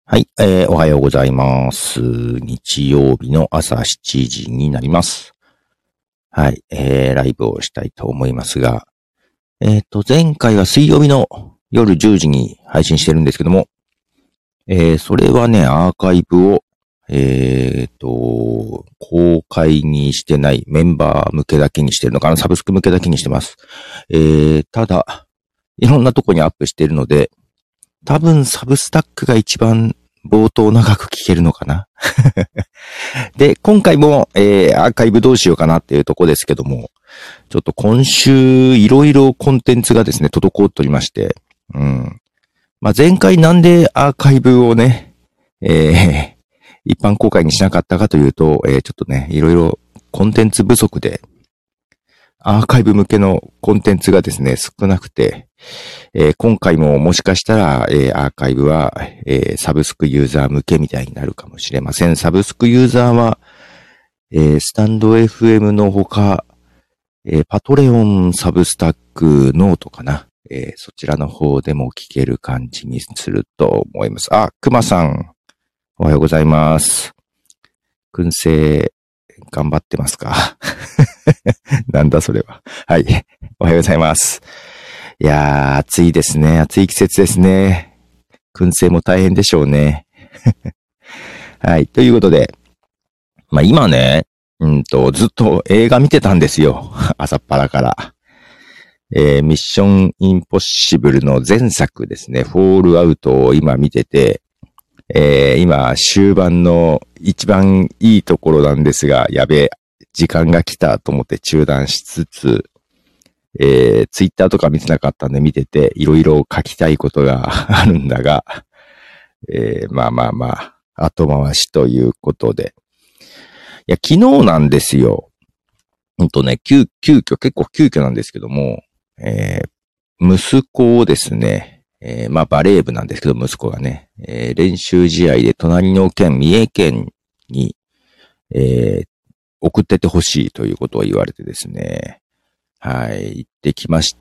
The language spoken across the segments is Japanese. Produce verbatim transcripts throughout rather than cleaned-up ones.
はい、えー、おはようございます。日曜日の朝しちじになります。はい、えー、ライブをしたいと思いますが、えっと、前回は水曜日の夜じゅうじに配信してるんですけども、えー、それはね、アーカイブを、えっと、公開にしてないメンバー向けだけにしてるのかな、サブスク向けだけにしてます。えー、ただ、いろんなとこにアップしてるので、多分サブスタックが一番冒頭長く聞けるのかなで、今回も、えー、アーカイブどうしようかなっていうとこですけども、ちょっと今週いろいろコンテンツがですね、滞っておりまして、うん。まあ、前回なんでアーカイブをね、えー、一般公開にしなかったかというと、えー、ちょっとね、いろいろコンテンツ不足で、アーカイブ向けのコンテンツがですね、少なくて、えー、今回ももしかしたら、えー、アーカイブは、えー、サブスクユーザー向けみたいになるかもしれません。サブスクユーザーは、えー、スタンド エフエム のほか、えー、パトレオンサブスタックノートかな、えー。そちらの方でも聞ける感じにすると思います。あ、熊さん、おはようございます。燻製、頑張ってますかなんだそれは。はい。おはようございます。いやー、暑いですね。暑い季節ですね。燻製も大変でしょうね。はい。ということで、まあ今ね、うんと、ずっと映画見てたんですよ。朝っぱらから。えー、ミッションインポッシブルの前作ですね。フォールアウトを今見てて、えー、今終盤の一番いいところなんですが、やべえ、時間が来たと思って中断しつつ、えー、ツイッターとか見てなかったんで見てて、いろいろ書きたいことがあるんだが、えー、まあまあまあ、後回しということで。いや、昨日なんですよ。ほんとね、急、急遽、結構急遽なんですけども、えー、息子をですね、えー、まあバレー部なんですけど、息子がね、えー、練習試合で隣の県、三重県に、えー、送ってってほしいということを言われてですね、はい、行ってきまして、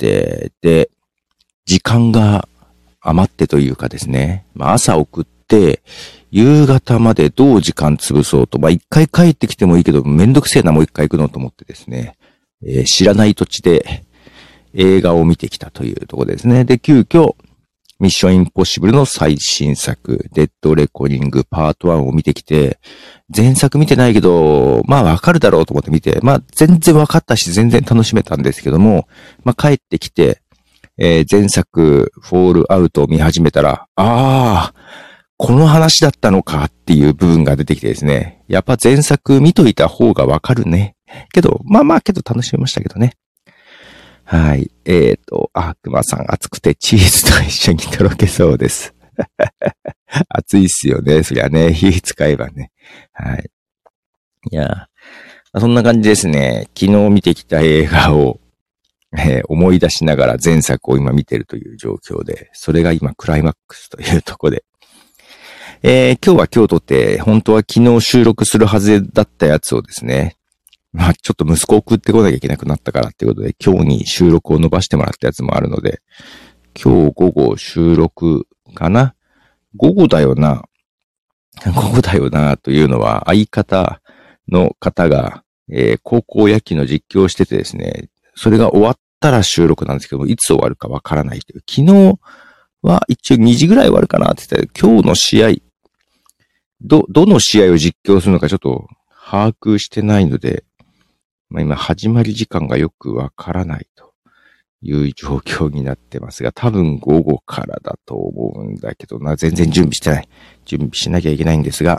で、時間が余ってというかですね、まあ朝送って、夕方までどう時間潰そうと、まあ一回帰ってきてもいいけど、めんどくせえな、もう一回行くのと思ってですね、えー、知らない土地で映画を見てきたというところですね。で、急遽、ミッションインポッシブルの最新作、デッドレコーディングパートワンを見てきて、前作見てないけど、まあわかるだろうと思って見て、まあ全然わかったし全然楽しめたんですけども、まあ帰ってきて、えー、前作、フォールアウトを見始めたら、ああ、この話だったのかっていう部分が出てきてですね。やっぱ前作見といた方がわかるね。けど、まあまあけど楽しめましたけどね。はい。えっと、あ、熊さん暑くてチーズと一緒にとろけそうです。暑いっすよね。そりゃね、火使えばね。はい。いや、そんな感じですね。昨日見てきた映画を、えー、思い出しながら前作を今見てるという状況で、それが今クライマックスというところで、えー、今日は今日とって、本当は昨日収録するはずだったやつをですね、まあちょっと息子を送ってこなきゃいけなくなったからっていうことで、今日に収録を伸ばしてもらったやつもあるので、今日午後収録かな？午後だよな。午後だよなというのは相方の方が、えー、高校野球の実況をしててですね、それが終わったら収録なんですけども、いつ終わるかわからないという。昨日は一応にじぐらい終わるかなって言ったら、今日の試合、ど、どの試合を実況するのかちょっと把握してないので、まあ、今始まり時間がよくわからないという状況になってますが、多分午後からだと思うんだけどな、全然準備してない。準備しなきゃいけないんですが、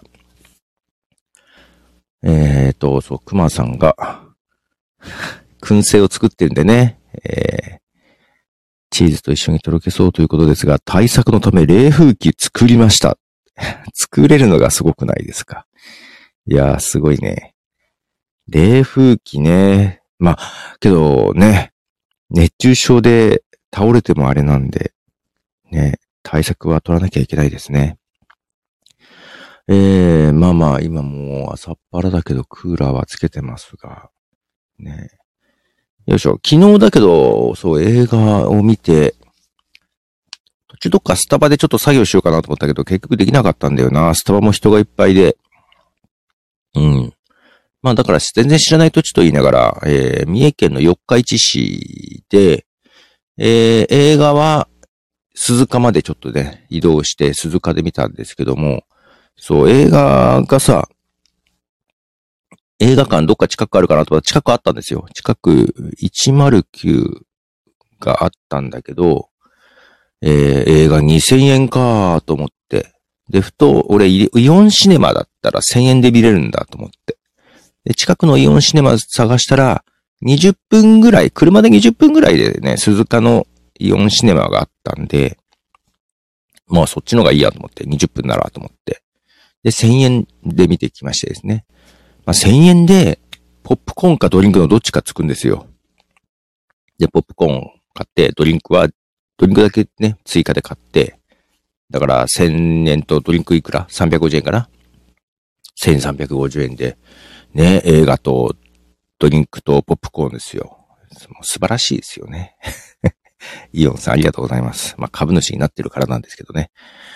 えーと、そう、熊さんが、燻製を作ってるんでね、えー、チーズと一緒にとろけそうということですが、対策のため冷風機作りました。作れるのがすごくないですか。いやー、すごいね。冷風機ね。まあ、けどね、熱中症で倒れてもあれなんで、ね、対策は取らなきゃいけないですね。えー、まあまあ、今もう朝っぱらだけどクーラーはつけてますが、ね。よいしょ。昨日だけど、そう、映画を見て、途中どっかスタバでちょっと作業しようかなと思ったけど、結局できなかったんだよな。スタバも人がいっぱいで。うん。まあだから全然知らない土地と言いながら、えー、三重県の四日市市で、えー、映画は鈴鹿までちょっとね、移動して鈴鹿で見たんですけども、そう、映画がさ、映画館どっか近くあるかなと思ったら近くあったんですよ。近くいちまるきゅうがあったんだけど、えー、映画にせんえんかと思って。で、ふと、俺、イオンシネマだったらせんえんで見れるんだと思って。で、近くのイオンシネマ探したら、にじゅっぷんぐらい、車でにじゅっぷんぐらいでね、鈴鹿のイオンシネマがあったんで、まあそっちの方がいいやと思って、にじゅっぷんならと思って。で、せんえんで見てきましてですね。まあせんえんで、ポップコーンかドリンクのどっちかつくんですよ。で、ポップコーン買って、ドリンクは、ドリンクだけね、追加で買って、だからせんえんとドリンクいくら ?さんびゃくごじゅうえんかな ?せんさんびゃくごじゅうえんで、ね、映画とドリンクとポップコーンですよ。素晴らしいですよね。イオンさんありがとうございます。まあ株主になってるからなんですけどね。